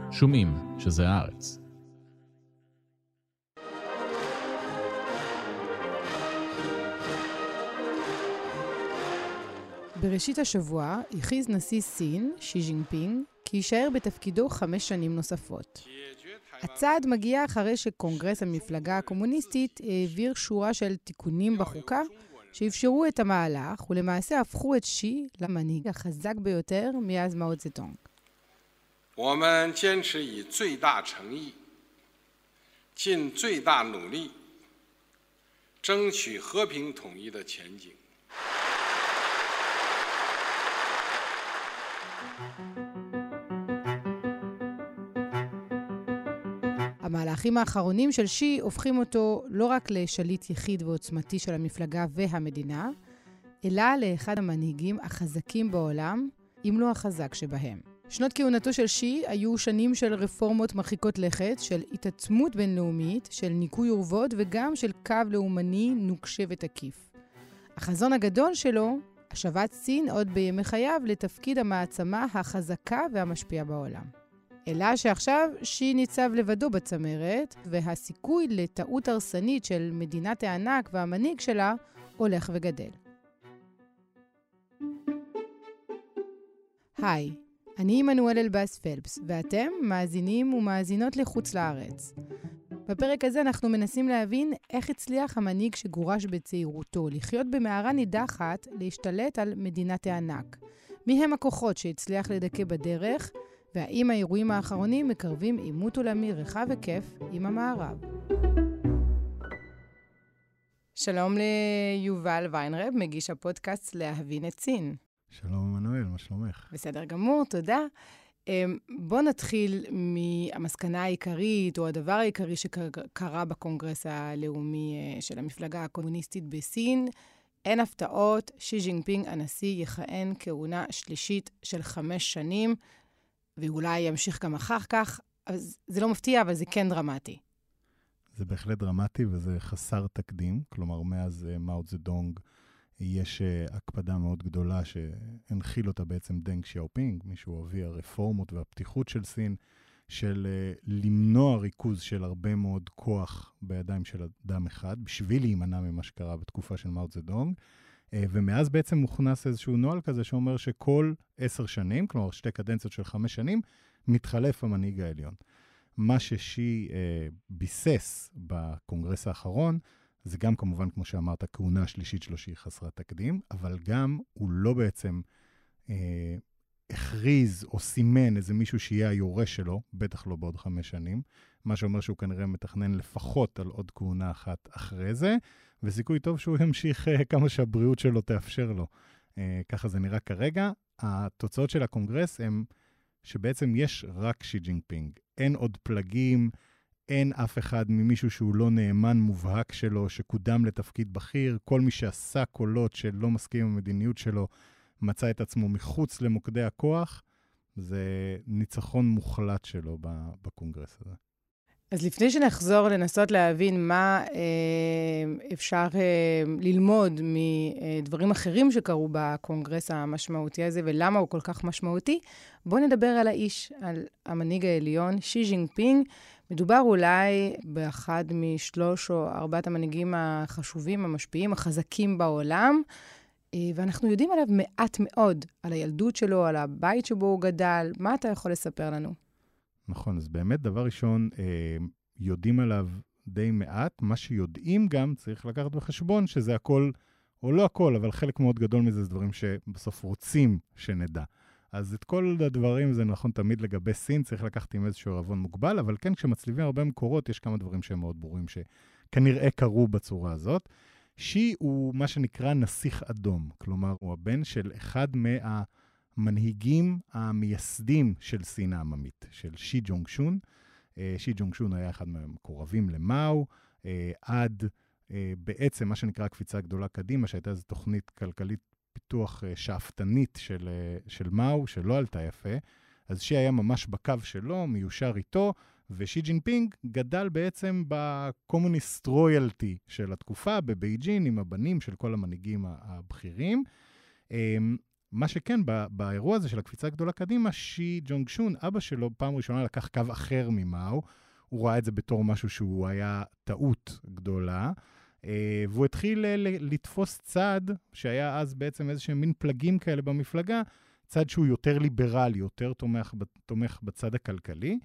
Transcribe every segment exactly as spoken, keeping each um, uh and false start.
שומעים שזה הארץ. בראשית השבוע הכריז נשיא סין, שי ג'ינפינג, כי יישאר בתפקידו חמש שנים נוספות. הצעד מגיע אחרי שקונגרס המפלגה הקומוניסטית העביר שורה של תיקונים בחוקה שאפשרו את המהלך ולמעשה הפכו את שי למנהיג החזק ביותר מאז מאו צדונג. 我们坚持以最大诚意尽最大努力争取和平统一的前景 המהלכים האחרונים של שי הופכים אותו לא רק לשליט יחיד ועוצמתי של המפלגה והמדינה, אלא לאחד המנהיגים החזקים בעולם, אם לא החזק שבהם. שנות כהונתו של שי היו שנים של רפורמות מרחיקות לכת, של התעצמות בינלאומית, של ניקוי אורוות וגם של קו לאומני נוקשה ותקיף. החזון הגדול שלו, השבת סין עוד בימי חייו לתפקיד המעצמה החזקה והמשפיעה בעולם. אלא שעכשיו שי ניצב לבדו בצמרת, והסיכוי לטעות הרסנית של מדינת הענק והמנהיג שלה הולך וגדל. היי, אני עמנואל אלבאס פלפס, ואתם מאזינים ומאזינות לחוץ לארץ. בפרק הזה אנחנו מנסים להבין איך הצליח המנהיג שגורש בצעירותו לחיות במערה נידחת להשתלט על מדינת הענק. מי הם הכוחות שהצליח לדכא בדרך, והאם האירועים האחרונים מקרבים עימות עולמי רחב וכיף עם המערב. שלום ליובל ויינרב, מגיש הפודקאסט להבין את סין. שלום עמנואל, מה שלומך? בסדר גמור, תודה. בוא נתחיל מהמסקנה העיקרית, או הדבר העיקרי שקרה בקונגרס הלאומי של המפלגה הקומוניסטית בסין. אין הפתעות, שי ג'ינפינג הנשיא יכהן כהונה שלישית של חמש שנים, ואולי ימשיך גם אחר כך. אז זה לא מפתיע, אבל זה כן דרמטי. זה בהחלט דרמטי, וזה חסר תקדים. כלומר, מאז מאו צדונג יש הקפדה מאוד גדולה שהנחיל אותה בעצם דנג שיאופינג, מישהו אבי הרפורמות והפתיחות של סין, של למנוע ריכוז של הרבה מאוד כוח בידיים של אדם אחד, בשביל להימנע ממה שקרה בתקופה של מאו צדונג, ומאז בעצם מוכנס איזשהו נוהל כזה שאומר שכל עשר שנים, כלומר שתי קדנציות של חמש שנים, מתחלף המנהיג העליון. מה ששי אה, ביסס בקונגרס האחרון, זה גם כמובן, כמו שאמרת, הכהונה השלישית שלו שהיא חסרת תקדים, אבל גם הוא לא בעצם אה, הכריז או סימן איזה מישהו שיהיה היורש שלו, בטח לא בעוד חמש שנים, מה שאומר שהוא כנראה מתכנן לפחות על עוד כהונה אחת אחרי זה, וסיכוי טוב שהוא ימשיך אה, כמה שהבריאות שלו תאפשר לו. אה, ככה זה נראה כרגע. התוצאות של הקונגרס הם שבעצם יש רק שי ג'ינפינג. אין עוד פלגים, אין אף אחד ממישהו שהוא לא נאמן מובהק שלו, שקודם לתפקיד בכיר. כל מי שעשה קולות שלא מסכים עם המדיניות שלו, מצא את עצמו מחוץ למוקדי הכוח. זה ניצחון מוחלט שלו בקונגרס הזה. אז לפני שנחזור לנסות להבין מה אה, אפשר אה, ללמוד מדברים אחרים שקרו בקונגרס המשמעותי הזה, ולמה הוא כל כך משמעותי, בואו נדבר על האיש, על המנהיג העליון, שי ג'ינפינג. מדובר אולי באחד משלוש או ארבעת המנהיגים החשובים, המשפיעים, החזקים בעולם, אה, ואנחנו יודעים עליו מעט מאוד, על הילדות שלו, על הבית שבו הוא גדל. מה אתה יכול לספר לנו? נכון, אז באמת דבר ראשון, אה, יודעים עליו די מעט. מה שיודעים גם, צריך לקחת בחשבון שזה הכל, או לא הכל, אבל חלק מאוד גדול מזה זה דברים שבסוף רוצים שנדע. אז את כל הדברים, זה נכון תמיד לגבי סין, צריך לקחת עם איזשהו ערבון מוגבל, אבל כן, כשמצליבים הרבה מקורות, יש כמה דברים שהם מאוד ברורים שכנראה קרו בצורה הזאת. שי הוא מה שנקרא נסיך אדום, כלומר, הוא הבן של אחד מה... מנהיגים המייסדים של סין העממית, של שי ג'ונג שון. שי ג'ונג שון היה אחד מהמקורבים למאו, עד בעצם מה שנקרא קפיצה גדולה קדימה, שהייתה איזו תוכנית כלכלית פיתוח שאפתנית של, של מאו, שלא עלתה יפה. אז שי היה ממש בקו שלו, מיושר איתו, ושי ג'ינפינג גדל בעצם בקומוניסט רויאלטי של התקופה, בבייג'ין, עם הבנים של כל המנהיגים הבכירים. מה שכן, באירוע הזה של הקפיצה הגדולה קדימה, שי ג'ונג שון, אבא שלו, פעם ראשונה לקח קו אחר ממאו, הוא ראה את זה בתור משהו שהוא היה טעות גדולה, והוא התחיל לתפוס צד, שהיה אז בעצם איזה שהם מין פלגים כאלה במפלגה, צד שהוא יותר ליברלי, יותר תומך, תומך בצד הכלכלי.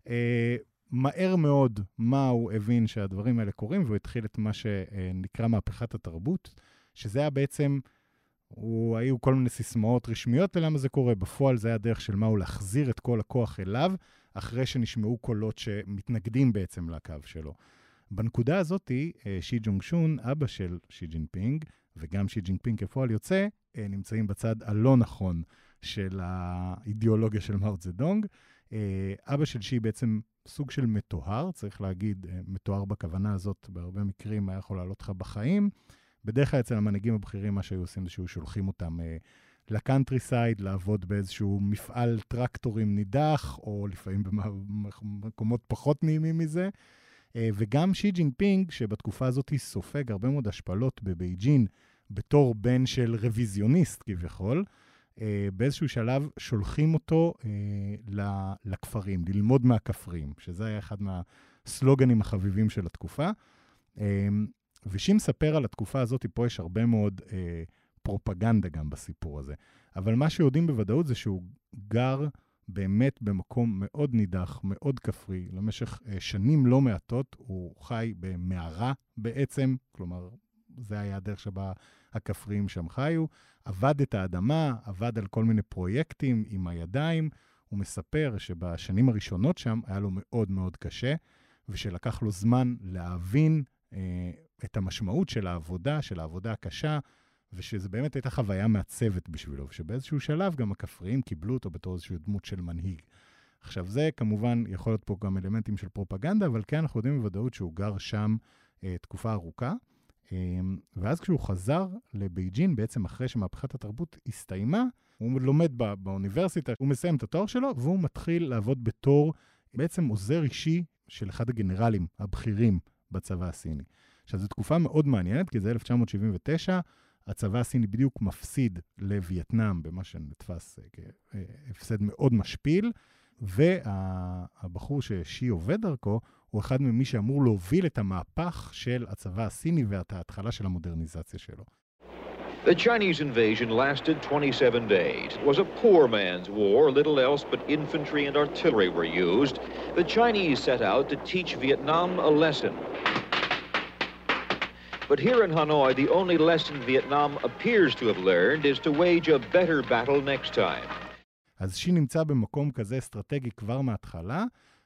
מהר מאוד מאו הבין שהדברים האלה קורים, והוא התחיל את מה שנקרא מהפכת התרבות, שזה היה בעצם, הוא, היו כל מיני סיסמאות רשמיות ללמה זה קורה. בפועל זה היה הדרך של מאו להחזיר את כל הכוח אליו, אחרי שנשמעו קולות שמתנגדים בעצם לקו שלו. בנקודה הזאת, שי ג'ונג שון, אבא של שי ג'ינפינג, וגם שי ג'ינפינג כפועל יוצא, נמצאים בצד הלא נכון של האידיאולוגיה של מאו צדונג. אבא של שי בעצם סוג של מתואר, צריך להגיד, מתואר בכוונה הזאת, בהרבה מקרים היה יכול לעלות לך בחיים. בדרך כלל אצל המנהיגים הבכירים, מה שהיו עושים זה שהיו שולחים אותם לקאנטרי סייד, לעבוד באיזשהו מפעל טרקטורים נידח, או לפעמים במקומות פחות נעימים מזה. וגם שי ג'ינפינג, שבתקופה הזאת סופג הרבה מאוד השפלות בבייג'ין, בתור בן של רוויזיוניסט כביכול, באיזשהו שלב שולחים אותו לכפרים, ללמוד מהכפרים, שזה היה אחד מהסלוגנים החביבים של התקופה. ושי מספר על התקופה הזאת, פה יש הרבה מאוד פרופגנדה גם בסיפור הזה. אבל מה שיודעים בוודאות זה שהוא גר באמת במקום מאוד נידח, מאוד כפרי, למשך שנים לא מעטות, הוא חי במערה בעצם, כלומר, זה היה הדרך שבה הכפריים שם חיו, עבד את האדמה, עבד על כל מיני פרויקטים עם הידיים, הוא מספר שבשנים הראשונות שם היה לו מאוד מאוד קשה, ושלקח לו זמן להבין אה, את המשמעות של העבודה, של העבודה הקשה, ושזה באמת הייתה חוויה מעצבת בשבילו, ושבאיזשהו שלב גם הכפריים קיבלו אותו בתור איזושהי דמות של מנהיג. עכשיו זה כמובן יכול להיות פה גם אלמנטים של פרופגנדה, אבל כן אנחנו יודעים בוודאות שהוא גר שם אה, תקופה ארוכה, אה, ואז כשהוא חזר לבייג'ין, בעצם אחרי שמהפכת התרבות הסתיימה, הוא לומד בא, באוניברסיטה, הוא מסיים את התואר שלו, והוא מתחיל לעבוד בתור בעצם עוזר אישי של אחד הגנרלים הבכירים בצבא הסיני. עכשיו זו תקופה מאוד מעניינת, כי זה אלף תשע מאות שבעים ותשע, הצבא הסיני בדיוק מפסיד לווייטנאם, במה שנתפס כהפסד מאוד משפיל, והבחור ששי עובד דרכו, הוא אחד ממי שאמור להוביל את המהפך של הצבא הסיני ואת ההתחלה של המודרניזציה שלו. The Chinese invasion lasted twenty-seven days. It was a poor man's war, little else but infantry and artillery were used. The Chinese set out to teach Vietnam a lesson. But here in Hanoi, the only lesson Vietnam appears to have learned is to wage a better battle next time. אז שי נמצא במקום כזה אסטרטגי כבר מההתחלה,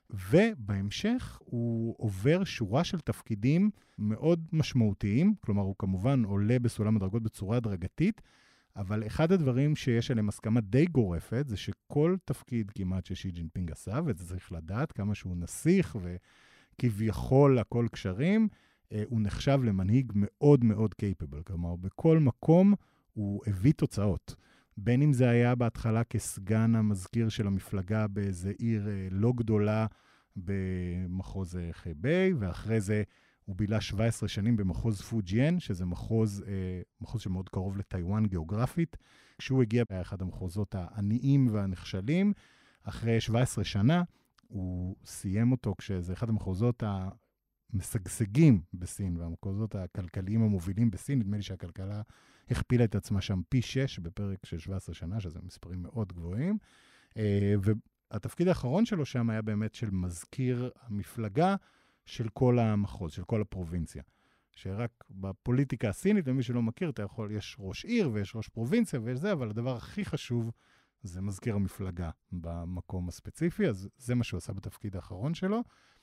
ובהמשך הוא עובר שורה של תפקידים מאוד משמעותיים, כלומר הוא כמובן עולה בסולם הדרגות בצורה הדרגתית, אבל אחד הדברים שיש עליהם הסכמה די גורפת, זה שכל תפקיד כמעט ששי ג'ינפינג עשה, וזה צריך לדעת כמה שהוא נסיך וכביכול הכל קשרים, הוא נחשב למנהיג מאוד מאוד קייפבל, כלומר בכל מקום הוא הביא תוצאות. בין אם זה היה בהתחלה כסגן המזכיר של המפלגה באיזה עיר לא גדולה במחוז חיבי, ואחרי זה הוא בילה שבע עשרה שנים במחוז פוג'יין, שזה מחוז, מחוז שמאוד קרוב לטיואן גיאוגרפית. כשהוא הגיע באחד המחוזות העניים והנכשלים, אחרי שבע עשרה שנה הוא סיים אותו כשזה אחד המחוזות המשגשגים בסין, והמחוזות הכלכליים המובילים בסין. נדמה לי שהכלכלה הכפילה את עצמה שם פי שש בפרק של שבע עשרה שנה, שזה מספרים מאוד גבוהים. והתפקיד האחרון שלו שם היה באמת של מזכיר המפלגה של כל המחוז, של כל הפרובינציה. שרק בפוליטיקה הסינית, למי שלא מכיר, אתה יכול, יש ראש עיר ויש ראש פרובינציה ויש זה, אבל הדבר הכי חשוב זה מזכיר המפלגה במקום הספציפי, אז זה מה שהוא עשה בתפקיד האחרון שלו.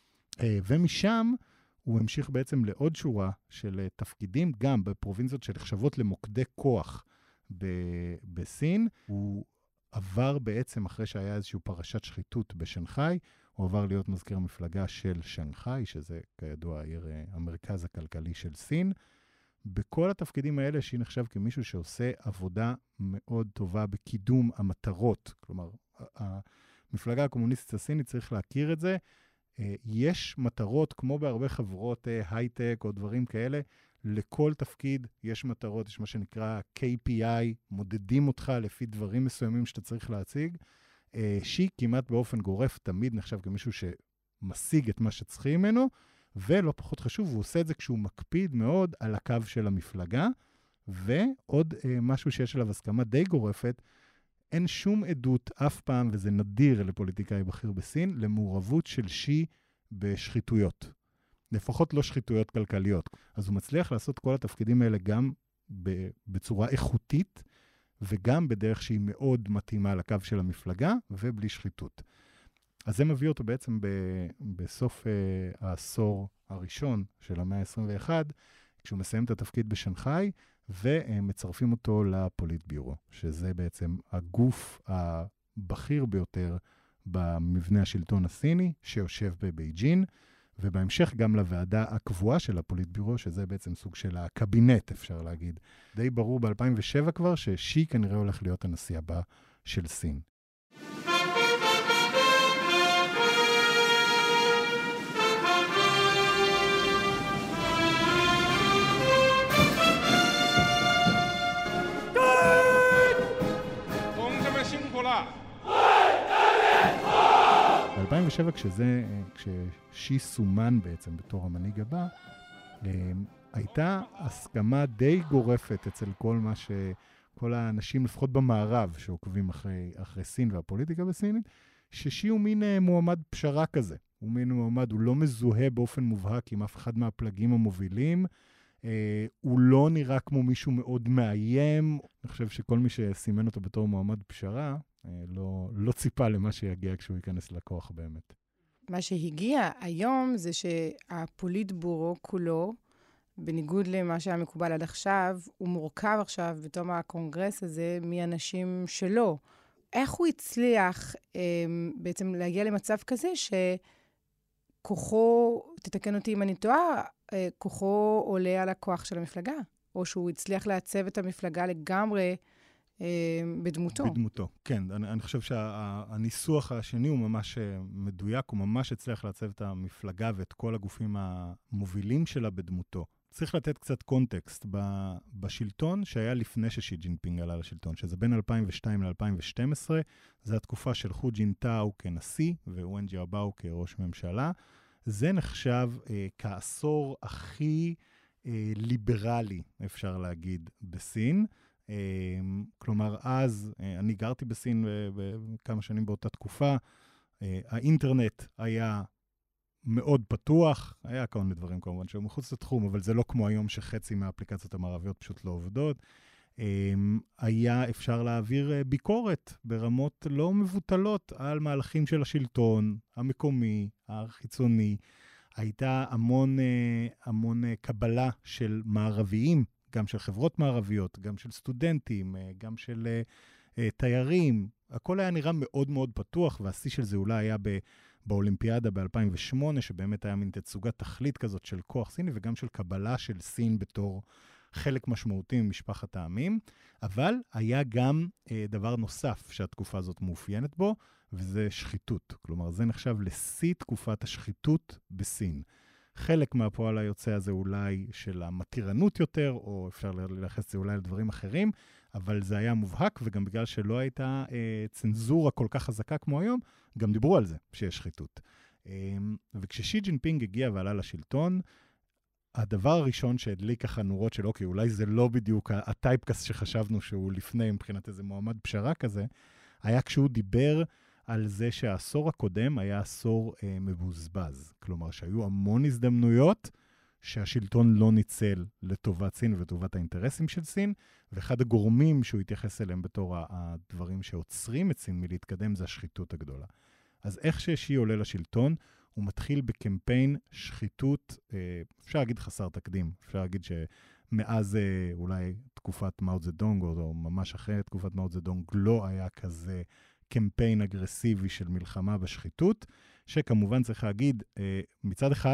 ומשם הוא המשיך בעצם לעוד שורה של תפקידים, גם בפרובינציות שנחשבות למוקדי כוח ב- בסין. הוא עבר בעצם, אחרי שהיה איזושהי פרשת שחיתות בשנגחאי, הוא עבר להיות מזכיר המפלגה של שנגחאי, שזה כידוע העיר, המרכז הכלכלי של סין. בכל התפקידים האלה שהיא נחשב כמישהו שעושה עבודה מאוד טובה בקידום המטרות. כלומר, המפלגה הקומוניסטית הסינית, צריך להכיר את זה, יש מטרות, כמו בהרבה חברות הייטק או דברים כאלה, לכל תפקיד יש מטרות, יש מה שנקרא קיי פי איי, מודדים אותך לפי דברים מסוימים שאתה צריך להציג. שי כמעט באופן גורף תמיד נחשב כמישהו שמשיג את מה שצריכים ממנו, ולא פחות חשוב, הוא עושה את זה כשהוא מקפיד מאוד על הקו של המפלגה, ועוד משהו שיש עליו הסכמה די גורפת, אין שום עדות אף פעם, וזה נדיר לפוליטיקאי בכיר בסין, למעורבות של שי בשחיתויות. לפחות לא שחיתויות כלכליות. אז הוא מצליח לעשות כל התפקידים האלה גם בצורה איכותית, וגם בדרך שהיא מאוד מתאימה לקו של המפלגה, ובלי שחיתות. אז זה מביא אותו בעצם ב- בסוף uh, העשור הראשון של המאה ה-עשרים ואחת, כשהוא מסיים את התפקיד בשנגחאי, ומצרפים אותו לפוליט ביורו, שזה בעצם הגוף הבכיר ביותר במבנה השלטון הסיני, שיושב בבייג'ין, ובהמשך גם לוועדה הקבועה של הפוליט ביורו, שזה בעצם סוג של הקבינט, אפשר להגיד. די ברור ב-אלפיים ושבע כבר, ששי כנראה הולך להיות הנשיא הבא של סין. ב-אלפיים ושבע, כשזה, כששי סומן בעצם בתור המנהיג הבא, הייתה הסכמה די גורפת אצל כל מה ש... כל האנשים, לפחות במערב, שעוקבים אחרי, אחרי סין והפוליטיקה בסינית, ששי הוא מין מועמד פשרה כזה. הוא מין מועמד, הוא לא מזוהה באופן מובהק עם אף אחד מהפלגים המובילים, אה, הוא לא נראה כמו מישהו מאוד מאיים. אני חושב שכל מי שסימן אותו בתור מועמד פשרה, אה, לא, לא ציפה למה שיגיע כשהוא ייכנס לכוח באמת. מה שהגיע היום זה שהפוליט ביורו כולו, בניגוד למה שהיה מקובל עד עכשיו, הוא מורכב עכשיו בתום הקונגרס הזה מאנשים שלו. איך הוא הצליח אה, בעצם להגיע למצב כזה שכוחו, תתקן אותי אם אני טועה, אה, כוחו עולה על הכוח של המפלגה, או שהוא הצליח לעצב את המפלגה לגמרי אה, בדמותו. בדמותו, כן. אני, אני חושב שהניסוח השני הוא ממש מדויק, הוא ממש הצליח לעצב את המפלגה ואת כל הגופים המובילים שלה בדמותו. צריך לתת קצת קונטקסט בשלטון שהיה לפני ששי ג'ינפינג עלה לשלטון, שזה בין אלפיים ושתיים ל-אלפיים ושתים עשרה, זה התקופה של חו ג'ינטאו כנשיא וואן ג'יאבאו כראש ממשלה. זה נחשב אה, כעשור הכי אה, ליברלי, אפשר להגיד, בסין. אה, כלומר, אז, אה, אני גרתי בסין בכמה שנים באותה תקופה, אה, האינטרנט היה מאוד פתוח, היה כל מיני דברים כמובן שהיו מחוץ לתחום, אבל זה לא כמו היום שחצי מהאפליקציות המערביות פשוט לא עובדות. היה אפשר להעביר ביקורת ברמות לא מבוטלות על מהלכים של השלטון המקומי, החיצוני. הייתה המון, המון קבלה של מערביים, גם של חברות מערביות, גם של סטודנטים, גם של תיירים. הכל היה נראה מאוד מאוד פתוח, והשיא של זה אולי היה ב... באולימפיאדה ב-אלפיים ושמונה, שבאמת היה מין תצוגת תכלית כזאת של כוח סיני, וגם של קבלה של סין בתור חלק משמעותי ממשפחת העמים. אבל היה גם אה, דבר נוסף שהתקופה הזאת מאופיינת בו, וזה שחיתות. כלומר, זה נחשב לשיא תקופת השחיתות בסין. חלק מהפועל היוצא הזה אולי של המתירנות יותר, או אפשר ללחס את זה אולי לדברים אחרים, אבל זה היה מובהק, וגם בגלל שלא הייתה אה, צנזורה כל כך חזקה כמו היום, גם דיברו על זה, שיש שחיתות. אה, וכששי ג'ינפינג הגיע ועלה לשלטון, הדבר הראשון שהדליק ככה נורות של, אוקיי, אולי זה לא בדיוק הטייפקאסט שחשבנו שהוא לפני, מבחינת איזה מועמד פשרה כזה, היה כשהוא דיבר על זה שהעשור הקודם היה עשור אה, מבוזבז. כלומר, שהיו המון הזדמנויות שהשלטון לא ניצל לטובת סין ולטובת האינטרסים של סין, ואחד הגורמים שהוא התייחס אליהם בתור הדברים שעוצרים את סין מלהתקדם זה השחיתות הגדולה. אז איך ששי עולה לשלטון, הוא מתחיל בקמפיין שחיתות, אה, אפשר להגיד חסר תקדים, אפשר להגיד שמאז אה, אולי תקופת מאו צדונג, או ממש אחרי תקופת מאו צדונג, לא היה כזה קמפיין אגרסיבי של מלחמה בשחיתות, שכמובן צריך להגיד, אה, מצד אחד,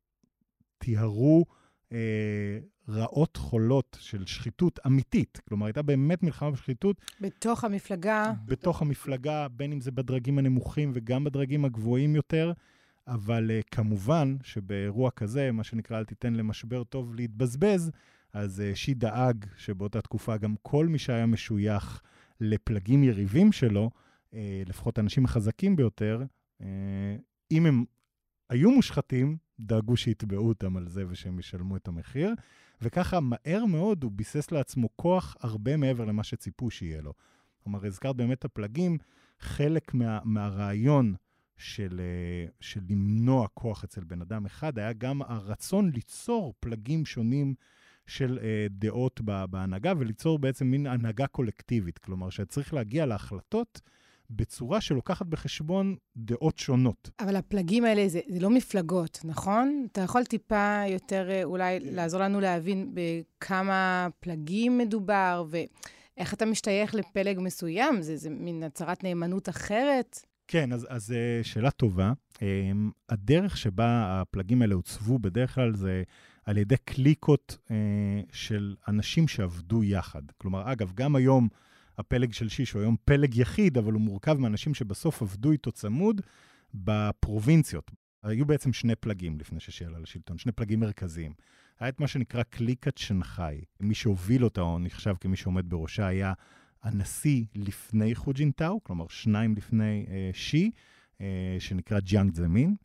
תיארו אה, רעות חולות של שחיתות אמיתית. כלומר, הייתה באמת מלחמה בשחיתות. בתוך המפלגה. בתוך המפלגה, בין אם זה בדרגים הנמוכים וגם בדרגים הגבוהים יותר. אבל uh, כמובן שבאירוע כזה, מה שנקרא, אל תיתן למשבר טוב להתבזבז, אז uh, שי דאג שבאותה תקופה גם כל מי שהיה משוייך לפלגים יריבים שלו, uh, לפחות האנשים החזקים ביותר, uh, אם הם היו מושחתים, דאגו שיתבעו אותם על זה ושהם ישלמו את המחיר, וככה מהר מאוד הוא ביסס לעצמו כוח הרבה מעבר למה שציפו שיהיה לו. כלומר, הזכרת באמת הפלגים, חלק מה, מהרעיון של, של למנוע כוח אצל בן אדם אחד, היה גם הרצון ליצור פלגים שונים של דעות בהנהגה, וליצור בעצם מין הנהגה קולקטיבית. כלומר, שצריך להגיע להחלטות בצורה שלוקחת בחשבון דעות שונות. אבל הפלגים האלה זה, זה לא מפלגות, נכון? אתה יכול טיפה יותר אולי לעזור לנו להבין בכמה פלגים מדובר, ואיך אתה משתייך לפלג מסוים? זה, זה מין הצהרת נאמנות אחרת? כן, אז, אז שאלה טובה. הדרך שבה הפלגים האלה הוצבו בדרך כלל זה על ידי קליקות של אנשים שעבדו יחד. כלומר, אגב, גם היום הפלג של שיש הוא היום פלג יחיד, אבל הוא מורכב מאנשים שבסוף עבדו איתו צמוד בפרובינציות. היו בעצם שני פלגים לפני ששאלה לשלטון, שני פלגים מרכזיים. היה את מה שנקרא קליקת שנגחאי. מי שהוביל אותה, או נחשב כמי שעומד בראשה, היה הנשיא לפני חוג'ינטאו, כלומר שניים לפני אה, שי, אה, שנקרא ג'יאנג זמין,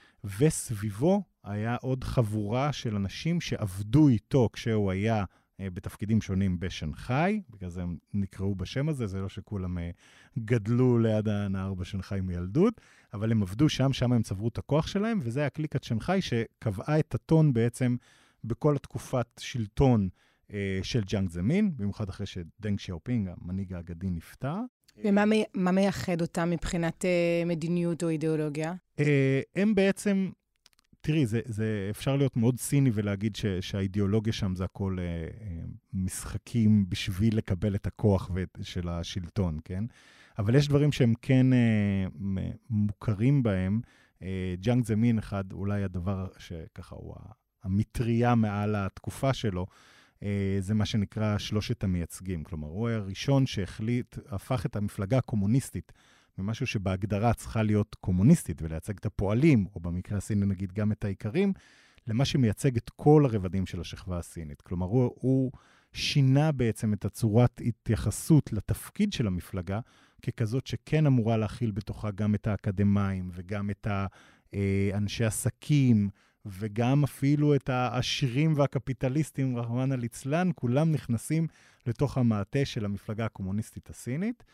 וסביבו היה עוד חבורה של אנשים שעבדו איתו כשהוא היה בתפקידים שונים בשנגחאי, בגלל זה הם נקראו בשם הזה, זה לא שכולם גדלו ליד הנהר בשנגחאי מילדות, אבל הם עבדו שם, שם הם צברו את הכוח שלהם, וזה היה קליקת שנגחאי שקבעה את הטון בעצם בכל התקופת שלטון אה, של ג'יאנג זמין, במיוחד אחרי שדנג שיאופינג, המנהיג האגדי, נפטר. ומה מה מייחד אותם מבחינת אה, מדיניות או אידיאולוגיה? אה, הם בעצם... תראי, זה, זה אפשר להיות מאוד ציני ולהגיד ש, שהאידיאולוגיה שם זה הכל אה, אה, משחקים בשביל לקבל את הכוח ואת, של השלטון, כן? אבל יש דברים שהם כן אה, מוכרים בהם. אה, ג'יאנג זמין אחד, אולי הדבר שככה הוא המטריה מעל התקופה שלו, אה, זה מה שנקרא שלושת המייצגים. כלומר, הוא היה הראשון שהחליט, הפך את המפלגה הקומוניסטית, ממשהו שבהגדרה צריכה להיות קומוניסטית ולייצג את הפועלים, או במקרה הסיני נגיד גם את העיקרים, למה שמייצג את כל הרבדים של השכבה הסינית. כלומר, הוא, הוא שינה בעצם את הצורת התייחסות לתפקיד של המפלגה, ככזאת שכן אמורה להכיל בתוכה גם את האקדמיים, וגם את האנשי עסקים, וגם אפילו את העשירים והקפיטליסטים, רחמנא ליצלן, כולם נכנסים לתוך המעטה של המפלגה הקומוניסטית הסינית.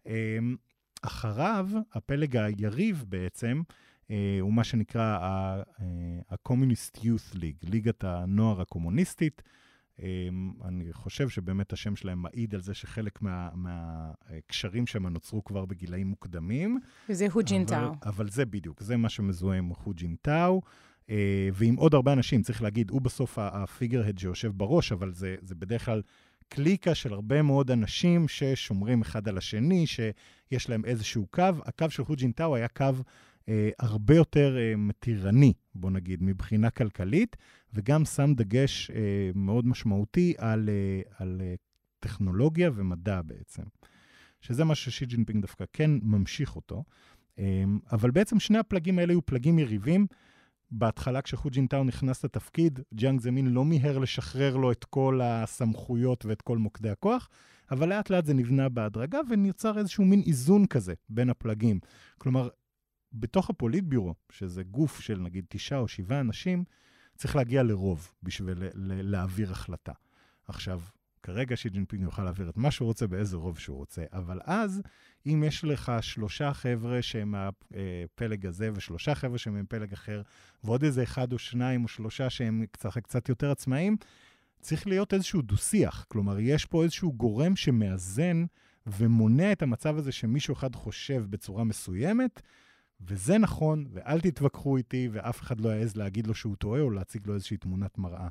אחריו, הפלג היריב בעצם, אה, הוא מה שנקרא ה-Communist Youth League, ליגת הנוער הקומוניסטית. אה, אני חושב שבאמת השם שלהם מעיד על זה שחלק מה, מהקשרים שם נוצרו כבר בגילאים מוקדמים. וזה חוג'ינטאו. אבל, אבל זה בדיוק, זה מה שמזוהה עם חוג'ינטאו, אה, ועם עוד הרבה אנשים, צריך להגיד, הוא בסוף הפיגר-הד שיושב בראש, אבל זה, זה בדרך כלל קליקה של הרבה מאוד אנשים ששומרים אחד על השני, שיש להם איזשהו קו. הקו של חוג'ינטאו היה קו אה, הרבה יותר אה, מתירני, בוא נגיד, מבחינה כלכלית, וגם שם דגש אה, מאוד משמעותי על, אה, על אה, טכנולוגיה ומדע בעצם. שזה מה ששי ג'ינפינג דווקא כן ממשיך אותו. אה, אבל בעצם שני הפלגים האלה היו פלגים יריבים, בהתחלה כשחוג'ינטאו נכנס לתפקיד, ג'יאנג זמין לא מיהר לשחרר לו את כל הסמכויות ואת כל מוקדי הכוח, אבל לאט לאט זה נבנה בהדרגה ונוצר איזשהו מין איזון כזה בין הפלגים. כלומר, בתוך הפוליט ביורו, שזה גוף של נגיד תשעה או שבעה אנשים, צריך להגיע לרוב בשביל להעביר החלטה. עכשיו, כרגע שי ג'ינפינג יוכל להעביר את מה שהוא רוצה באיזה רוב שהוא רוצה, אבל אז, אם יש לך שלושה חבר'ה שהם מהפלג הזה, ושלושה חבר'ה שהם מפלג אחר, ועוד איזה אחד או שניים או שלושה שהם קצת, קצת יותר עצמאיים, צריך להיות איזשהו דו-שיח. כלומר, יש פה איזשהו גורם שמאזן ומונע את המצב הזה שמישהו אחד חושב בצורה מסוימת, וזה נכון, ואל תתווכחו איתי, ואף אחד לא יעז להגיד לו שהוא טועה, או להציג לו איזושהי תמונת מראה.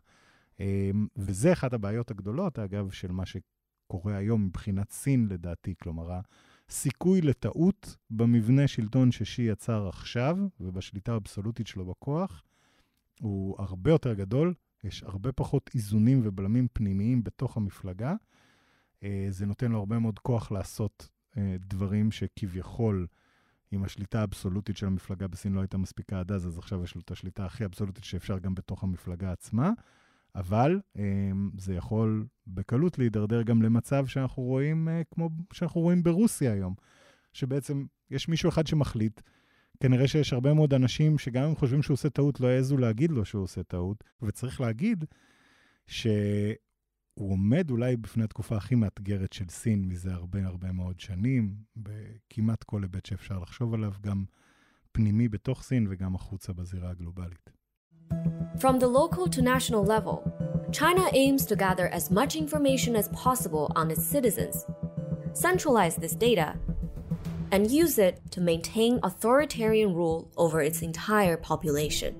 וזה אחת הבעיות הגדולות, אגב, של מה שקורה היום מבחינת סין, לדעתי. כלומר, הסיכוי לטעות במבנה שלטון ששי יצר עכשיו, ובשליטה האבסולוטית שלו בכוח, הוא הרבה יותר גדול. יש הרבה פחות איזונים ובלמים פנימיים בתוך המפלגה. זה נותן לו הרבה מאוד כוח לעשות דברים שכביכול אם השליטה האבסולוטית של המפלגה בסין לא הייתה מספיקה עד אז, אז עכשיו יש לו את השליטה הכי אבסולוטית שאפשר גם בתוך המפלגה עצמה, אבל זה יכול בקלות להידרדר גם למצב שאנחנו רואים, כמו שאנחנו רואים ברוסיה היום, שבעצם יש מישהו אחד שמחליט, כנראה שיש הרבה מאוד אנשים שגם אם חושבים שהוא עושה טעות, לא יעזו להגיד לו שהוא עושה טעות, וצריך להגיד שהוא עומד אולי בפני התקופה הכי מאתגרת של סין, מזה הרבה הרבה מאוד שנים, בכמעט כל היבט שאפשר לחשוב עליו, גם פנימי בתוך סין וגם החוצה בזירה הגלובלית. From the local to national level, China aims to gather as much information as possible on its citizens, centralize this data, and use it to maintain authoritarian rule over its entire population.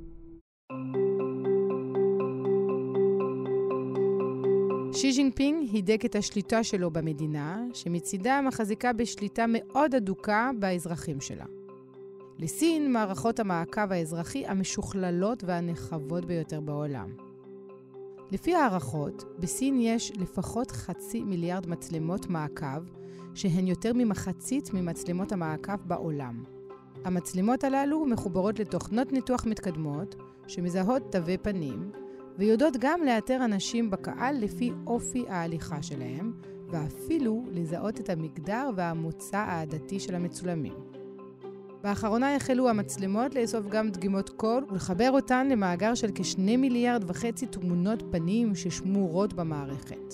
שי ג'ינפינג הידק את השליטה שלו במדינה, שמצידה מחזיקה בשליטה מאוד אדוקה באזרחים שלה. לסין מערכות המעקב האזרחי המשוכללות והנרחבות ביותר בעולם. לפי הערכות, בסין יש לפחות חצי מיליארד מצלמות מעקב, שהן יותר ממחצית ממצלמות המעקב בעולם. המצלמות הללו מחוברות לתוכנות ניתוח מתקדמות, שמזהות תווי פנים, ויודעות גם לאתר אנשים בקהל לפי אופי ההליכה שלהם, ואפילו לזהות את המגדר והמוצא העדתי של המצולמים. באחרונה החלו המצלמות לאסוף גם דגימות קול ולחבר אותן למאגר של כשני מיליארד וחצי תמונות פנים ששמורות במערכת.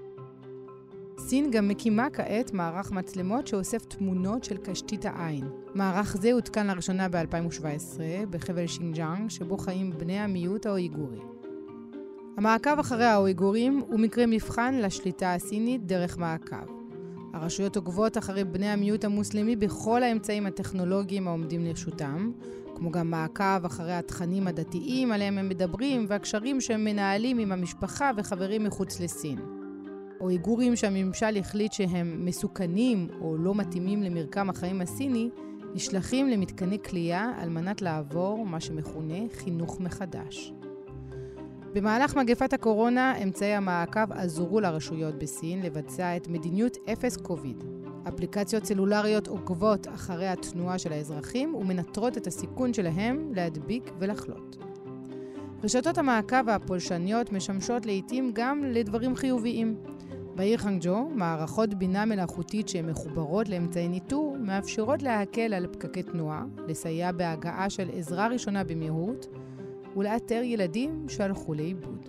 סין גם מקימה כעת מערך מצלמות שאוסף תמונות של קשתית העין. מערך זה הותקן לראשונה ב-אלפיים שבע עשרה בחבל שינג'אנג, שבו חיים בני המיעוט האויגורי. המעקב אחרי האויגורים הוא מקרה מבחן לשליטה הסינית דרך מעקב. הרשויות עוקבות אחרי בני המיעוט המוסלמי בכל האמצעים הטכנולוגיים העומדים לרשותם, כמו גם מעקב אחרי התכנים הדתיים עליהם הם מדברים והקשרים שהם מנהלים עם המשפחה וחברים מחוץ לסין. אויגורים שהממשל החליט שהם מסוכנים או לא מתאימים למרקם החיים הסיני, נשלחים למתקני כלייה על מנת לעבור מה שמכונה חינוך מחדש. במהלך מגפת הקורונה, אמצעי המעקב עזרו לרשויות בסין לבצע את מדיניות אפס קוביד. אפליקציות סלולריות עוקבות אחרי התנועה של האזרחים ומנטרות את הסיכון שלהם להדביק ולחלות. רשתות המעקב והפולשניות משמשות לעתים גם לדברים חיוביים. בעיר חנג'ו, מערכות בינה מלאכותית שהן מחוברות לאמצעי ניטור מאפשרות להקל על פקקי תנועה, לסייע בהגעה של עזרה ראשונה במהירות, ולאתר ילדים שהלכו לאיבוד.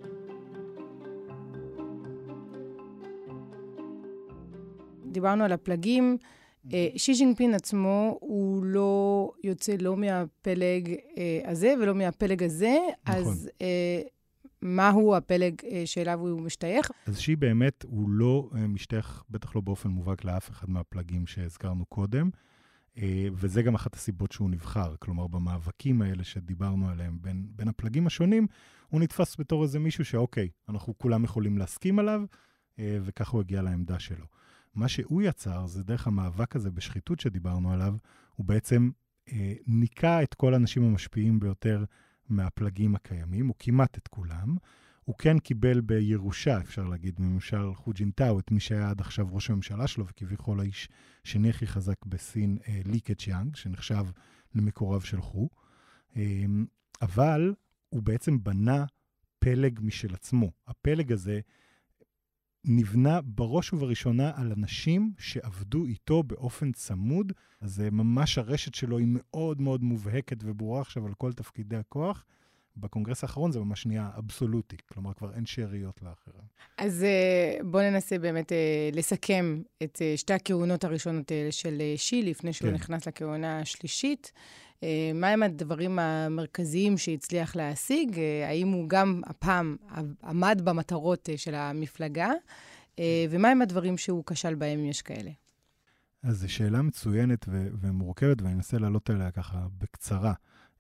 דיברנו על הפלגים. שי ג'ינפינג עצמו הוא לא יוצא לא מהפלג הזה ולא מהפלג הזה, נכון. אז מהו הפלג שאליו הוא משתייך? אז שי באמת הוא לא משתייך, בטח לא באופן מובהק לאף אחד מהפלגים שהזכרנו קודם, וזה גם אחת הסיבות שהוא נבחר. כלומר, במאבקים האלה שדיברנו עליהם בין, בין הפלגים השונים, הוא נתפס בתור איזה מישהו שאוקיי, אנחנו כולם יכולים להסכים עליו, וכך הוא הגיע לעמדה שלו. מה שהוא יצר, זה דרך המאבק הזה בשחיתות שדיברנו עליו, הוא בעצם אה, ניקה את כל האנשים המשפיעים ביותר מהפלגים הקיימים, הוא כמעט את כולם. הוא כן קיבל בירושה, אפשר להגיד, מממשל חו ג'ינטאו, את מי שהיה עד עכשיו ראש הממשלה שלו, וכביכול האיש שני הכי חזק בסין, אה, לי קצ'יאנג, שנחשב למקורב של חו. אה, אבל הוא בעצם בנה פלג משל עצמו. הפלג הזה נבנה בראש ובראשונה על אנשים שעבדו איתו באופן צמוד, אז ממש הרשת שלו היא מאוד מאוד מובהקת וברורה עכשיו על כל תפקידי הכוח. בקונגרס האחרון זה ממש נהיה אבסולוטי, כלומר כבר אין שאריות לאחרים. אז בואו ננסה באמת לסכם את שתי הכהונות הראשונות של שי, לפני שהוא כן. נכנס לכהונה השלישית. מה הם הדברים המרכזיים שהצליח להשיג? האם הוא גם הפעם עמד במטרות של המפלגה? ומה הם הדברים שהוא כשל בהם, אם יש כאלה? אז זו שאלה מצוינת ו- ומורכבת, ואני אנסה לעלות עליה ככה בקצרה.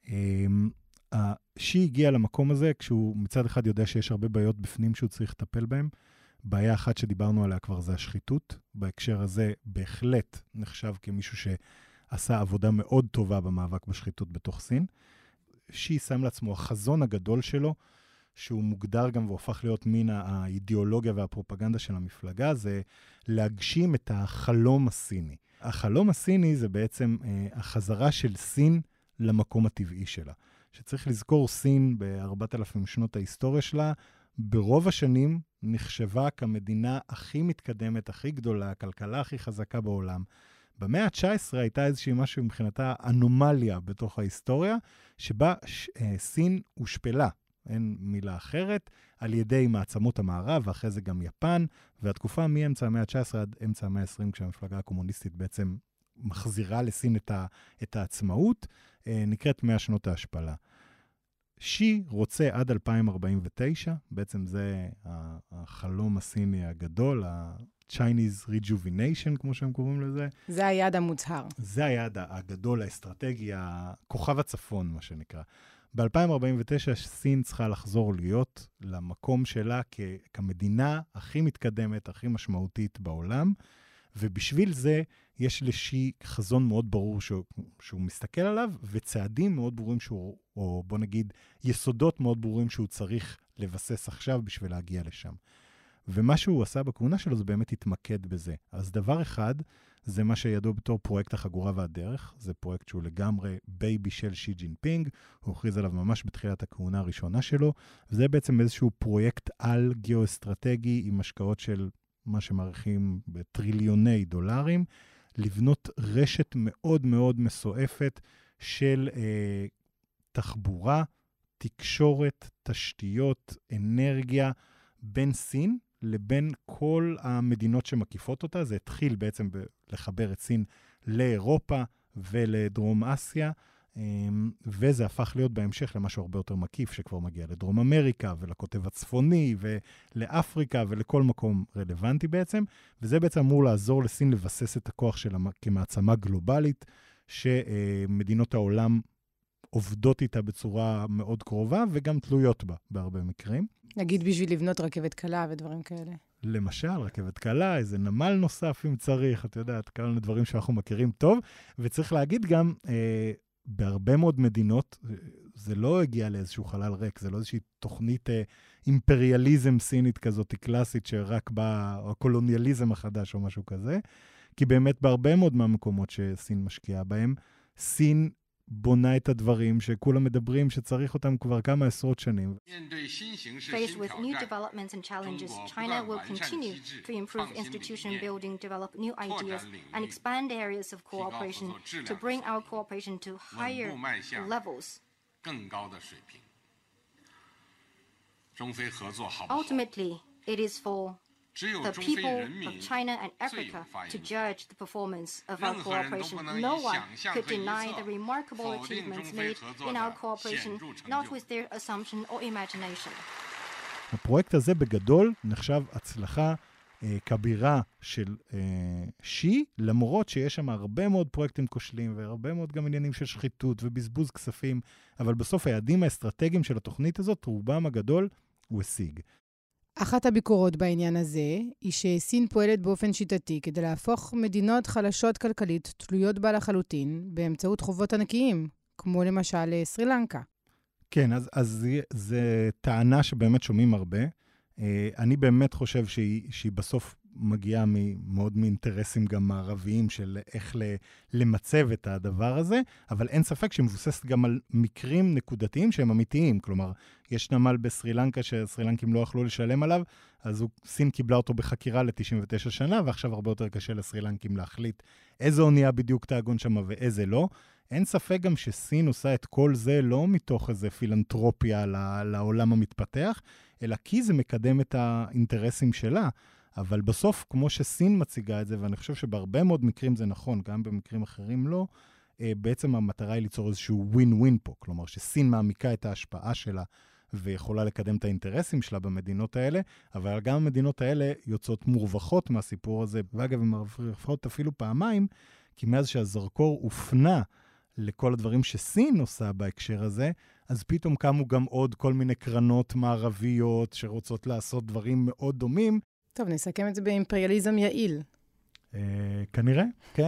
שי הגיע למקום הזה כשהוא מצד אחד יודע שיש הרבה בעיות בפנים שהוא צריך לטפל בהם. בעיה אחת שדיברנו עליה כבר זה השחיתות. בהקשר הזה בהחלט נחשב כמישהו ש... עשה עבודה מאוד טובה במאבק בשחיתות בתוך סין. שי שם לעצמו, החזון הגדול שלו, שהוא מוגדר גם והופך להיות מן האידיאולוגיה והפרופגנדה של המפלגה, זה להגשים את החלום הסיני. החלום הסיני זה בעצם אה, החזרה של סין למקום הטבעי שלה. שצריך לזכור, סין ב-ארבעת אלפים שנות ההיסטוריה שלה, ברוב השנים נחשבה כמדינה הכי מתקדמת, הכי גדולה, הכלכלה הכי חזקה בעולם. במאה ה-תשע עשרה הייתה איזושהי משהו מבחינתה אנומליה בתוך ההיסטוריה, שבה ש- אה, סין הושפלה, אין מילה אחרת, על ידי מעצמות המערב, ואחרי זה גם יפן, והתקופה מאמצע המאה ה-תשע עשרה עד אמצע המאה ה-עשרים, כשהמפלגה הקומוניסטית בעצם מחזירה לסין את, ה- את העצמאות, אה, נקראת מאה שנות ההשפלה. שי רוצה עד אלפיים ארבעים ותשע, בעצם זה החלום הסיני הגדול, ה-Chinese Rejuvenation, כמו שהם קוראים לזה. זה היעד המוצהר. זה היעד הגדול, האסטרטגי, כוכב הצפון, מה שנקרא. ב-אלפיים ארבעים ותשע סין צריכה לחזור להיות למקום שלה כ- כמדינה הכי מתקדמת, הכי משמעותית בעולם, ובשביל זה יש לשי חזון מאוד ברור שהוא, שהוא מסתכל עליו, וצעדים מאוד ברורים שהוא, או בוא נגיד, יסודות מאוד ברורים שהוא צריך לבסס עכשיו בשביל להגיע לשם. ומה שהוא עשה בכהונה שלו זה באמת התמקד בזה. אז דבר אחד, זה מה שידוע בתור פרויקט החגורה והדרך, זה פרויקט שהוא לגמרי בייבי של שי ג'ינפינג, הוא הכריז עליו ממש בתחילת הכהונה הראשונה שלו, וזה בעצם איזשהו פרויקט על גיאו-אסטרטגי עם השקעות של מה שמעריכים בטריליוני דולרים, לבנות רשת מאוד מאוד מסועפת של אה, תחבורה, תקשורת, תשתיות, אנרגיה, בין סין לבין כל המדינות שמקיפות אותה. זה התחיל בעצם ב- לחבר את סין לאירופה ולדרום אסיה, וזה הפך להיות בהמשך למשהו הרבה יותר מקיף, שכבר מגיע לדרום אמריקה ולקוטב הצפוני ולאפריקה ולכל מקום רלוונטי בעצם, וזה בעצם אמור לעזור לסין לבסס את הכוח שלה כמעצמה גלובלית, שמדינות העולם עובדות איתה בצורה מאוד קרובה וגם תלויות בה בהרבה מקרים. נגיד בשביל לבנות רכבת קלה ודברים כאלה. למשל, רכבת קלה, איזה נמל נוסף אם צריך, את יודעת, כאלה דברים שאנחנו מכירים טוב, וצריך להגיד גם, אה, בהרבה מאוד מדינות, זה לא הגיע לאיזשהו חלל ריק, זה לא איזושהי תוכנית אה, אימפריאליזם סינית כזאת קלאסית, שרק בא, או קולוניאליזם החדש או משהו כזה, כי באמת בהרבה מאוד מהמקומות שסין משקיעה בהם, סין בונה את הדברים שכולם מדברים שצריך אותם כבר כמה עשרות שנים. Faced with new developments and challenges, China will continue to improve institution building, develop new ideas, and expand areas of cooperation to bring our cooperation to higher levels. Ultimately, it is for the people of China and Africa to judge the performance of our cooperation. No one could deny the remarkable achievements made in our cooperation, not with their assumption or imagination. הפרויקט הזה בגדול נחשב הצלחה אה, כבירה של אה, שי, למרות שיש שם הרבה מאוד פרויקטים כושלים, והרבה מאוד גם עניינים של שחיתות ובזבוז כספים, אבל בסוף היעדים האסטרטגיים של התוכנית הזאת, רובם הגדול, הוא השיג. אחת הביקורות בעניין הזה היא שסין פועלת באופן שיטתי כדי להפוך מדינות חלשות כלכלית תלויות בה לחלוטין באמצעות חובות ענקיים, כמו למשל סרי לנקה. כן, אז, אז זו טענה שבאמת שומעים הרבה. אני באמת חושב שהיא, שהיא בסוף מגיעה מאוד מאינטרסים גם מערביים של איך למצב את הדבר הזה, אבל אין ספק שמבוססת גם על מקרים נקודתיים שהם אמיתיים. כלומר, יש נמל בסרי לנקה שסרי לנקים לא יכלו לשלם עליו, אז הוא, סין קיבלה אותו בחקירה ל-תשעים ותשע שנה, ועכשיו הרבה יותר קשה לסרי לנקים להחליט איזו אונייה בדיוק תאגון שם ואיזה לא. אין ספק גם שסין עושה את כל זה לא מתוך איזה פילנטרופיה לעולם המתפתח, אלא כי זה מקדם את האינטרסים שלה. אבל בסוף, כמו שסין מציגה את זה, ואני חושב שבהרבה מאוד מקרים זה נכון, גם במקרים אחרים לא, בעצם המטרה היא ליצור איזשהו ווין-ווין פה. כלומר, שסין מעמיקה את ההשפעה שלה ויכולה לקדם את האינטרסים שלה במדינות האלה, אבל גם המדינות האלה יוצאות מורווחות מהסיפור הזה, ואגב, הן מרוויחות אפילו פעמיים, כי מאז שהזרקור הופנה לכל הדברים שסין עושה בהקשר הזה, אז פתאום קמו גם עוד כל מיני קרנות מערביות שרוצות לעשות דברים מאוד דומים. טוב, נסכם את זה באימפריאליזם יעיל. אה, כנראה, כן.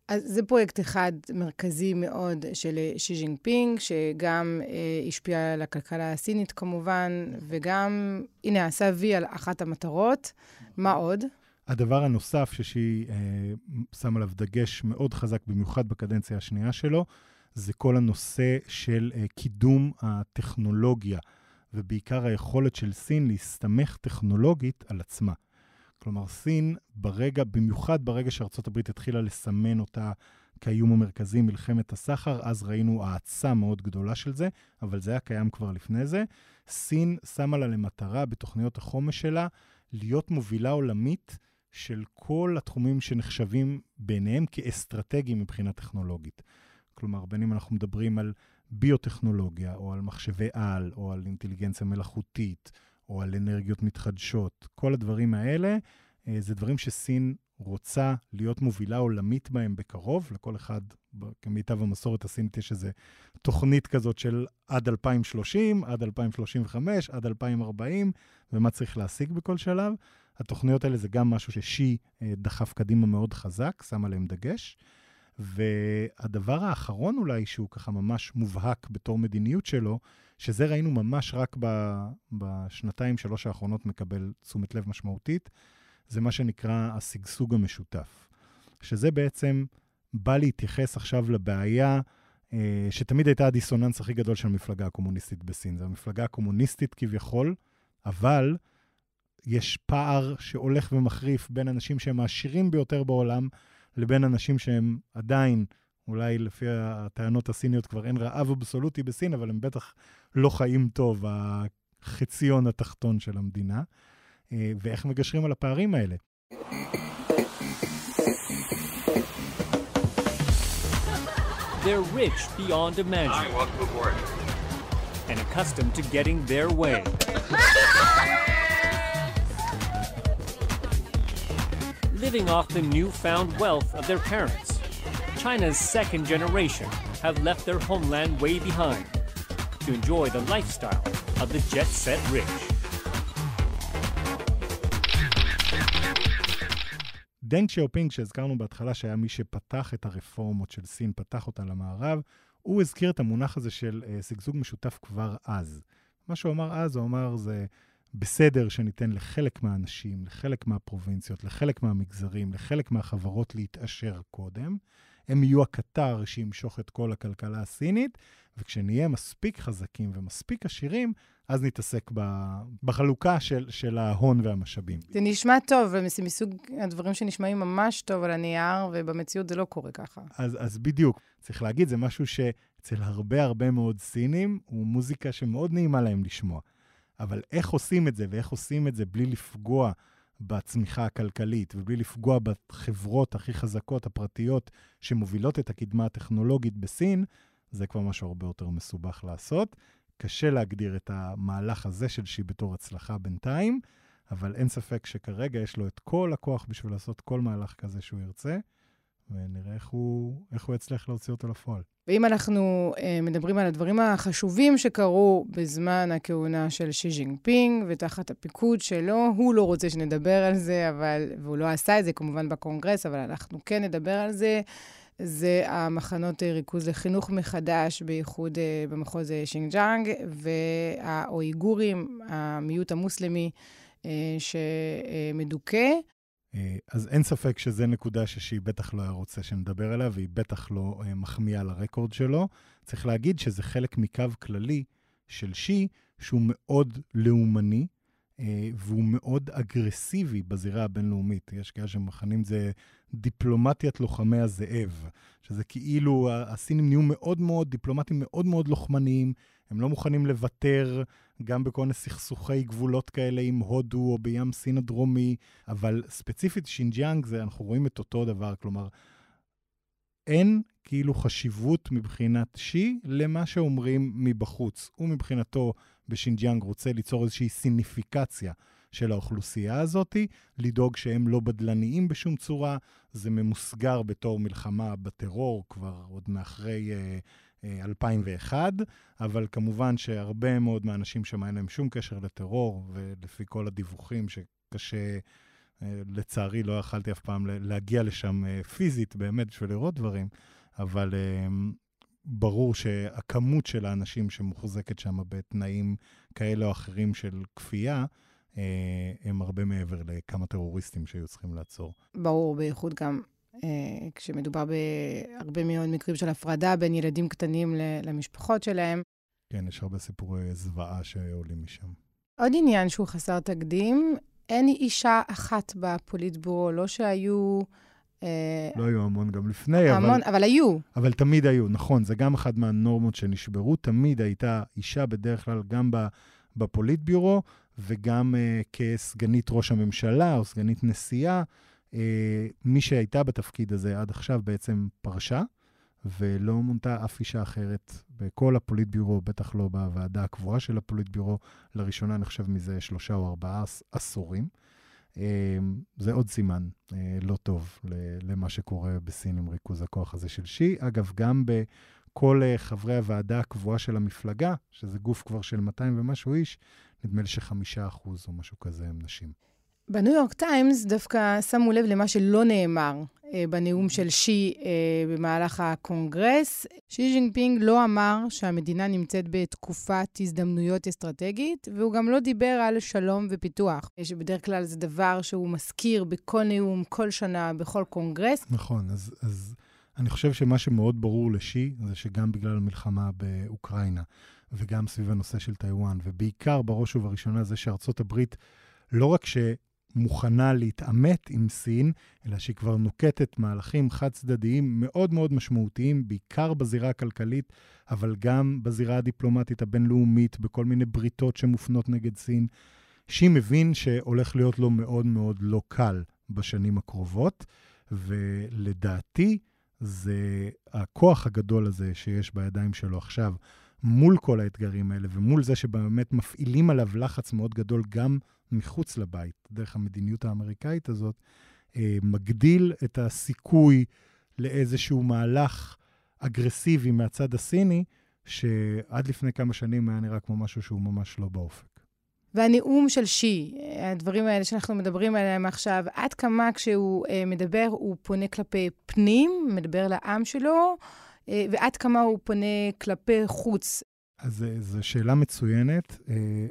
אז זה פרויקט אחד מרכזי מאוד של שי ג'ינפינג, שגם אה, השפיע על הכלכלה הסינית כמובן, וגם, הנה, עשה וי על אחת המטרות. מה עוד? הדבר הנוסף ששי אה, שם עליו דגש מאוד חזק, במיוחד בקדנציה השנייה שלו, זה כל הנושא של אה, קידום הטכנולוגיה, ובעיקר היכולת של סין להסתמך טכנולוגית על עצמה. כלומר, סין ברגע, במיוחד ברגע שארצות הברית התחילה לסמן אותה כאיום המרכזי מלחמת הסחר, אז ראינו העצה מאוד גדולה של זה, אבל זה היה קיים כבר לפני זה. סין שמה לה למטרה בתוכניות החומש שלה להיות מובילה עולמית של כל התחומים שנחשבים ביניהם כאסטרטגיים מבחינה טכנולוגית. כלומר, בין אם אנחנו מדברים על ביוטכנולוגיה, או על מחשבי על, או על אינטליגנציה מלאכותית, או על אנרגיות מתחדשות. כל הדברים האלה, זה דברים שסין רוצה להיות מובילה עולמית בהם בקרוב. לכל אחד, כמיטב המסורת הסינית, יש איזו תוכנית כזאת של עד אלפיים ושלושים, עד אלפיים שלושים וחמש, עד אלפיים וארבעים, ומה צריך להשיג בכל שלב. התוכניות האלה זה גם משהו ששי דחף קדימה מאוד חזק, שם עליהם דגש. והדבר האחרון אולי, שהוא ככה ממש מובהק בתור מדיניות שלו, שזה ראינו ממש רק בשנתיים, שלוש האחרונות מקבל תשומת לב משמעותית, זה מה שנקרא הסגסוג המשותף. שזה בעצם בא להתייחס עכשיו לבעיה, אה, שתמיד הייתה הדיסוננס הכי גדול של המפלגה הקומוניסטית בסין. זו המפלגה הקומוניסטית כביכול, אבל יש פער שהולך ומחריף בין אנשים שהם העשירים ביותר בעולם, לבין אנשים שהם עדיין, אולי לפי הטענות הסיניות כבר אין רעב אבסולוטי בסין, אבל הם בטח לא חיים טוב, החציון התחתון של המדינה. ואיך מגשרים על הפערים האלה? They're rich beyond imagining. I want to work. And accustomed to getting their way. Living off the newfound wealth of their parents, China's second generation have left their homeland way behind to enjoy the lifestyle of the jet-set rich. דנג שיאופינג, שהזכרנו בהתחלה שהיה מי שפתח את הרפורמות של סין, פתח אותה למערב, הוא הזכיר את המונח הזה של uh, סגסוג משותף כבר אז. מה שהוא אמר אז, הוא אמר זה בסדר שניתן לחלק מהאנשים, לחלק מהפרובינציות, לחלק מהמגזרים, לחלק מהחברות להתעשר קודם. הם יהיו הקטר שימשוך את כל הכלכלה הסינית, וכשנהיה מספיק חזקים ומספיק עשירים, אז נתעסק בחלוקה של, של ההון והמשאבים. זה נשמע טוב, מסוג הדברים שנשמעים ממש טוב על הנייר, ובמציאות זה לא קורה ככה. אז, אז בדיוק, צריך להגיד, זה משהו שאצל הרבה הרבה מאוד סינים, הוא מוזיקה שמאוד נעימה להם לשמוע. אבל איך עושים את זה, ואיך עושים את זה בלי לפגוע בצמיחה הכלכלית, ובלי לפגוע בחברות הכי חזקות, הפרטיות, שמובילות את הקדמה הטכנולוגית בסין, זה כבר משהו הרבה יותר מסובך לעשות. קשה להגדיר את המהלך הזה של שי בתור הצלחה בינתיים, אבל אין ספק שכרגע יש לו את כל הכוח בשביל לעשות כל מהלך כזה שהוא ירצה, ונראה איך הוא, איך הוא יצליח להוציא אותו לפועל. ואם אנחנו אה, מדברים על הדברים החשובים שקרו בזמן הכהונה של שי ג'ינפינג, ותחת הפיקוד שלו, הוא לא רוצה שנדבר על זה, אבל, והוא לא עשה את זה כמובן בקונגרס, אבל אנחנו כן נדבר על זה, זה המחנות ריכוז לחינוך מחדש, בייחוד במחוז שינג'אנג, והאויגורים, המיעוט המוסלמי שמדוכא. אז אין ספק שזה נקודה ששי בטח לא היה רוצה שנדבר עליה, והיא בטח לא מחמיאה לרקורד שלו. צריך להגיד שזה חלק מקו כללי של שי, שהוא מאוד לאומני, והוא מאוד אגרסיבי בזירה הבינלאומית. יש כאלה שמכנים זה דיפלומטיית לוחמי הזאב, שזה כאילו, הסינים נהיו מאוד מאוד דיפלומטיים, מאוד מאוד לוחמניים, הם לא מוכנים לוותר גם בכל מיני סכסוכי גבולות כאלה עם הודו או בים סין הדרומי, אבל ספציפית שינג'יאנג זה, אנחנו רואים את אותו דבר, כלומר, אין כאילו חשיבות מבחינת שי למה שאומרים מבחוץ. הוא מבחינתו בשינג'יאנג רוצה ליצור איזושהי סיניפיקציה של האוכלוסייה הזאת, לדאוג שהם לא בדלניים בשום צורה, זה ממוסגר בתור מלחמה בטרור כבר עוד מאחרי אה, אה, אלפיים ואחת, אבל כמובן שהרבה מאוד מהאנשים שם אין להם שום קשר לטרור, ולפי כל הדיווחים שקשה לצערי לא יכלתי אף פעם להגיע לשם פיזית, באמת, בשביל לראות דברים, אבל ברור שהכמות של האנשים שמוחזקת שם בתנאים כאלה או אחרים של כפייה, הם הרבה מעבר לכמה טרוריסטים שהיו צריכים לעצור. ברור, בייחוד גם כשמדובר בהרבה מאוד מקרים של הפרדה בין ילדים קטנים למשפחות שלהם. כן, יש הרבה סיפורי זוועה שעולים משם. עוד עניין שהוא חסר תקדים, אין אישה אחת בפוליטבורו, לא שהיו... לא היו המון גם לפני, המון, אבל... אבל היו. אבל תמיד היו, נכון, זה גם אחד מהנורמות שנשברו, תמיד הייתה אישה בדרך כלל גם בפוליטבורו, וגם uh, כסגנית ראש הממשלה או סגנית נשיאה, uh, מי שהייתה בתפקיד הזה עד עכשיו בעצם פרשה, ולא מונתה אף אישה אחרת בכל הפוליטביורו, בטח לא בוועדה הקבועה של הפוליטביורו, לראשונה אני חושב מזה שלושה או ארבעה עשורים. זה עוד סימן לא טוב למה שקורה בסין עם ריכוז הכוח הזה של שי. אגב, גם בכל חברי הוועדה הקבועה של המפלגה, שזה גוף כבר של מאתיים ומשהו איש, נדמה לי שחמישה אחוז או משהו כזה הם נשים. בניו יורק טיימס דווקא שמו לב למה שלא נאמר אה, בנאום של שי אה, במהלך הקונגרס. שי ג'ינפינג לא אמר שהמדינה נמצאת בתקופת הזדמנויות אסטרטגית, והוא גם לא דיבר על שלום ופיתוח, שבדרך כלל זה דבר שהוא מזכיר בכל נאום, כל שנה, בכל קונגרס. נכון, אז, אז אני חושב שמה שמאוד ברור לשי, זה שגם בגלל המלחמה באוקראינה, וגם סביב הנושא של טיואן, ובעיקר בראש ובראשונה זה שארצות הברית לא רק שמוכנה להתעמת עם סין, אלא שהיא כבר נוקטת מהלכים חד צדדיים מאוד מאוד משמעותיים, בעיקר בזירה הכלכלית, אבל גם בזירה הדיפלומטית הבינלאומית, בכל מיני בריתות שמופנות נגד סין, שהיא מבין שהולך להיות לו מאוד מאוד לא קל בשנים הקרובות, ולדעתי זה הכוח הגדול הזה שיש בידיים שלו עכשיו, מול כל האתגרים האלה, ומול זה שבאמת מפעילים עליו לחץ מאוד גדול גם מחוץ לבית, דרך המדיניות האמריקאית הזאת, מגדיל את הסיכוי לאיזשהו מהלך אגרסיבי מהצד הסיני, שעד לפני כמה שנים היה נראה כמו משהו שהוא ממש לא באופק. והנאום של שי, הדברים האלה שאנחנו מדברים עליהם עכשיו, עד כמה כשהוא מדבר, הוא פונה כלפי פנים, מדבר לעם שלו, ועד כמה הוא פונה כלפי חוץ? אז זו שאלה מצוינת.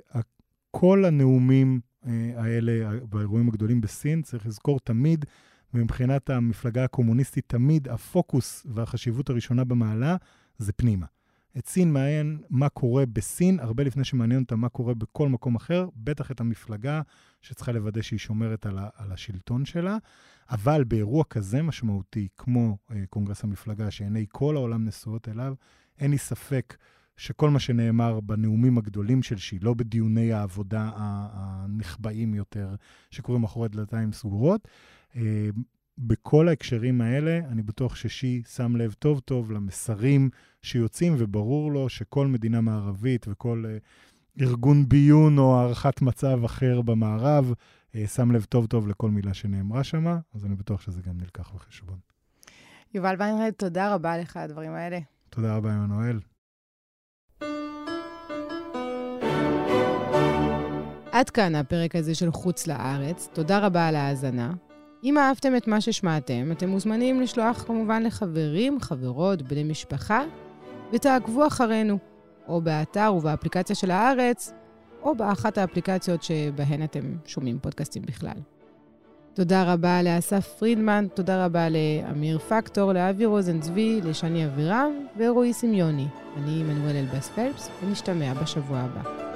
כל הנאומים האלה, באירועים הגדולים בסין, צריך לזכור תמיד, ומבחינת המפלגה הקומוניסטית, תמיד הפוקוס והחשיבות הראשונה במעלה, זה פנימה. את סין מעניין מה קורה בסין, הרבה לפני שמעניין אותה מה קורה בכל מקום אחר, בטח את המפלגה שצריכה לוודא שהיא שומרת על, ה- על השלטון שלה, אבל באירוע כזה משמעותי, כמו אה, קונגרס המפלגה, שעיני כל העולם נשואות אליו, אין לי ספק שכל מה שנאמר בנאומים הגדולים של שי, לא בדיוני העבודה הנחבאים יותר, שקוראים אחורי דלתיים סגורות, אה, בכל ההקשרים האלה, אני בטוח ששי שם לב טוב טוב למסרים שיוצאים, וברור לו שכל מדינה מערבית וכל uh, ארגון ביון או הערכת מצב אחר במערב, uh, שם לב טוב טוב לכל מילה שנאמרה שמה, אז אני בטוח שזה גם נלקח בחשבון. יובל ויינרד, תודה רבה לך על הדברים האלה. תודה רבה, עמנואל. עד כאן הפרק הזה של חוץ לארץ. תודה רבה על ההאזנה. אם אהבתם את מה ששמעתם, אתם מוזמנים לשלוח כמובן לחברים, חברות, בני משפחה, ותעקבו אחרינו, או באתר ובאפליקציה של הארץ, או באחת האפליקציות שבהן אתם שומעים פודקאסטים בכלל. תודה רבה לאסף פרידמן, תודה רבה לאמיר פקטור, לאבי רוזנצבי, לשני אבירם ורועי סמיוני. אני עמנואל אלבאס פלפס, ונשתמע בשבוע הבא.